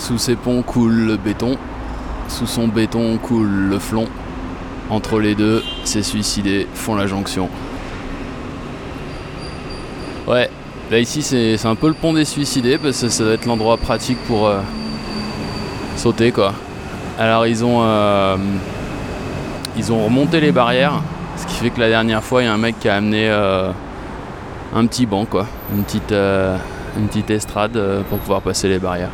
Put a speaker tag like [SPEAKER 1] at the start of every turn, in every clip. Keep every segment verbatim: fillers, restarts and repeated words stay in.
[SPEAKER 1] Sous ces ponts coule le béton. Sous son béton coule le flon. Entre les deux, ces suicidés font la jonction. Ouais, là ici c'est, c'est un peu le pont des suicidés parce que ça doit être l'endroit pratique pour euh, sauter quoi. Alors ils ont euh, ils ont remonté les barrières, ce qui fait que la dernière fois il y a un mec qui a amené euh, un petit banc quoi, une petite euh, une petite estrade euh, pour pouvoir passer les barrières.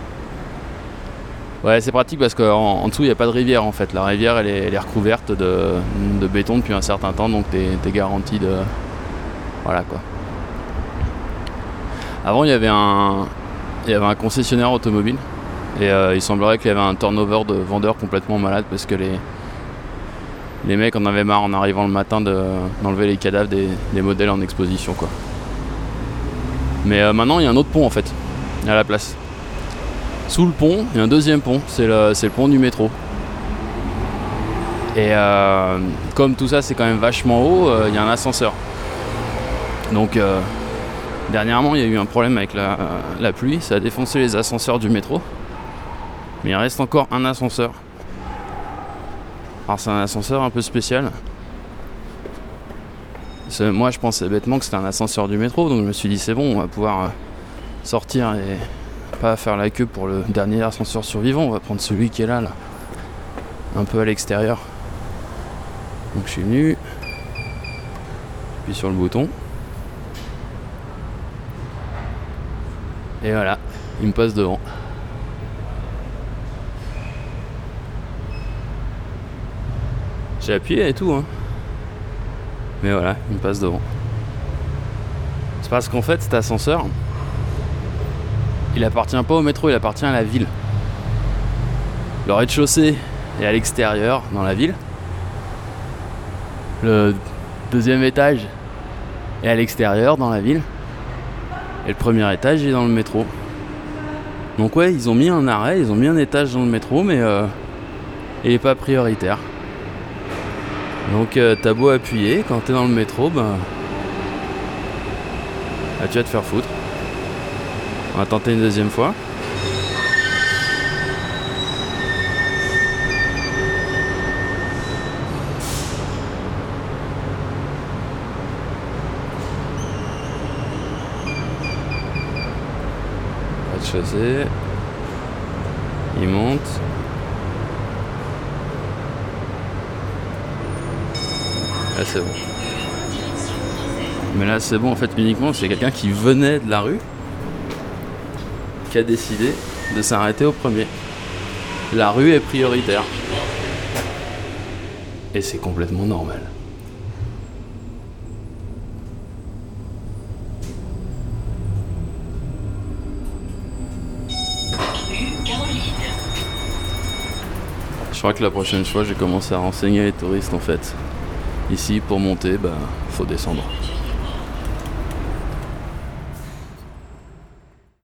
[SPEAKER 1] Ouais, c'est pratique parce qu'en en dessous il n'y a pas de rivière en fait. La rivière elle est, elle est recouverte de, de béton depuis un certain temps, donc t'es, t'es garanti de voilà quoi. Avant il y avait un il y avait un concessionnaire automobile et euh, il semblerait qu'il y avait un turnover de vendeurs complètement malade parce que les les mecs en avaient marre en arrivant le matin de, d'enlever les cadavres des, des modèles en exposition quoi. Mais euh, maintenant il y a un autre pont en fait à la place. Sous le pont, il y a un deuxième pont, c'est le, c'est le pont du métro. Et euh, comme tout ça c'est quand même vachement haut, euh, il y a un ascenseur. Donc euh, dernièrement il y a eu un problème avec la, la pluie, ça a défoncé les ascenseurs du métro. Mais il reste encore un ascenseur. Alors c'est un ascenseur un peu spécial. C'est, moi je pensais bêtement que c'était un ascenseur du métro, donc je me suis dit c'est bon, on va pouvoir euh, sortir et pas faire la queue pour le dernier ascenseur survivant, on va prendre celui qui est là, là, un peu à l'extérieur. Donc je suis venu, puis sur le bouton, et voilà, il me passe devant. J'ai appuyé et tout, hein. Mais voilà, il me passe devant. C'est parce qu'en fait cet ascenseur, il appartient pas au métro, il appartient à la ville. Le rez-de-chaussée est à l'extérieur, dans la ville. Le deuxième étage est à l'extérieur, dans la ville. Et le premier étage est dans le métro. Donc ouais, ils ont mis un arrêt, ils ont mis un étage dans le métro, mais euh, il est pas prioritaire. Donc euh, t'as beau appuyer, quand t'es dans le métro, ben, bah, tu vas te faire foutre. On va tenter une deuxième fois. Rez-de-chaussée. Il monte. Là c'est bon. Mais là c'est bon en fait uniquement c'est quelqu'un qui venait de la rue qui a décidé de s'arrêter au premier. La rue est prioritaire. Et c'est complètement normal. Je crois que la prochaine fois, j'ai commencé à renseigner les touristes en fait. Ici, pour monter, bah, faut descendre.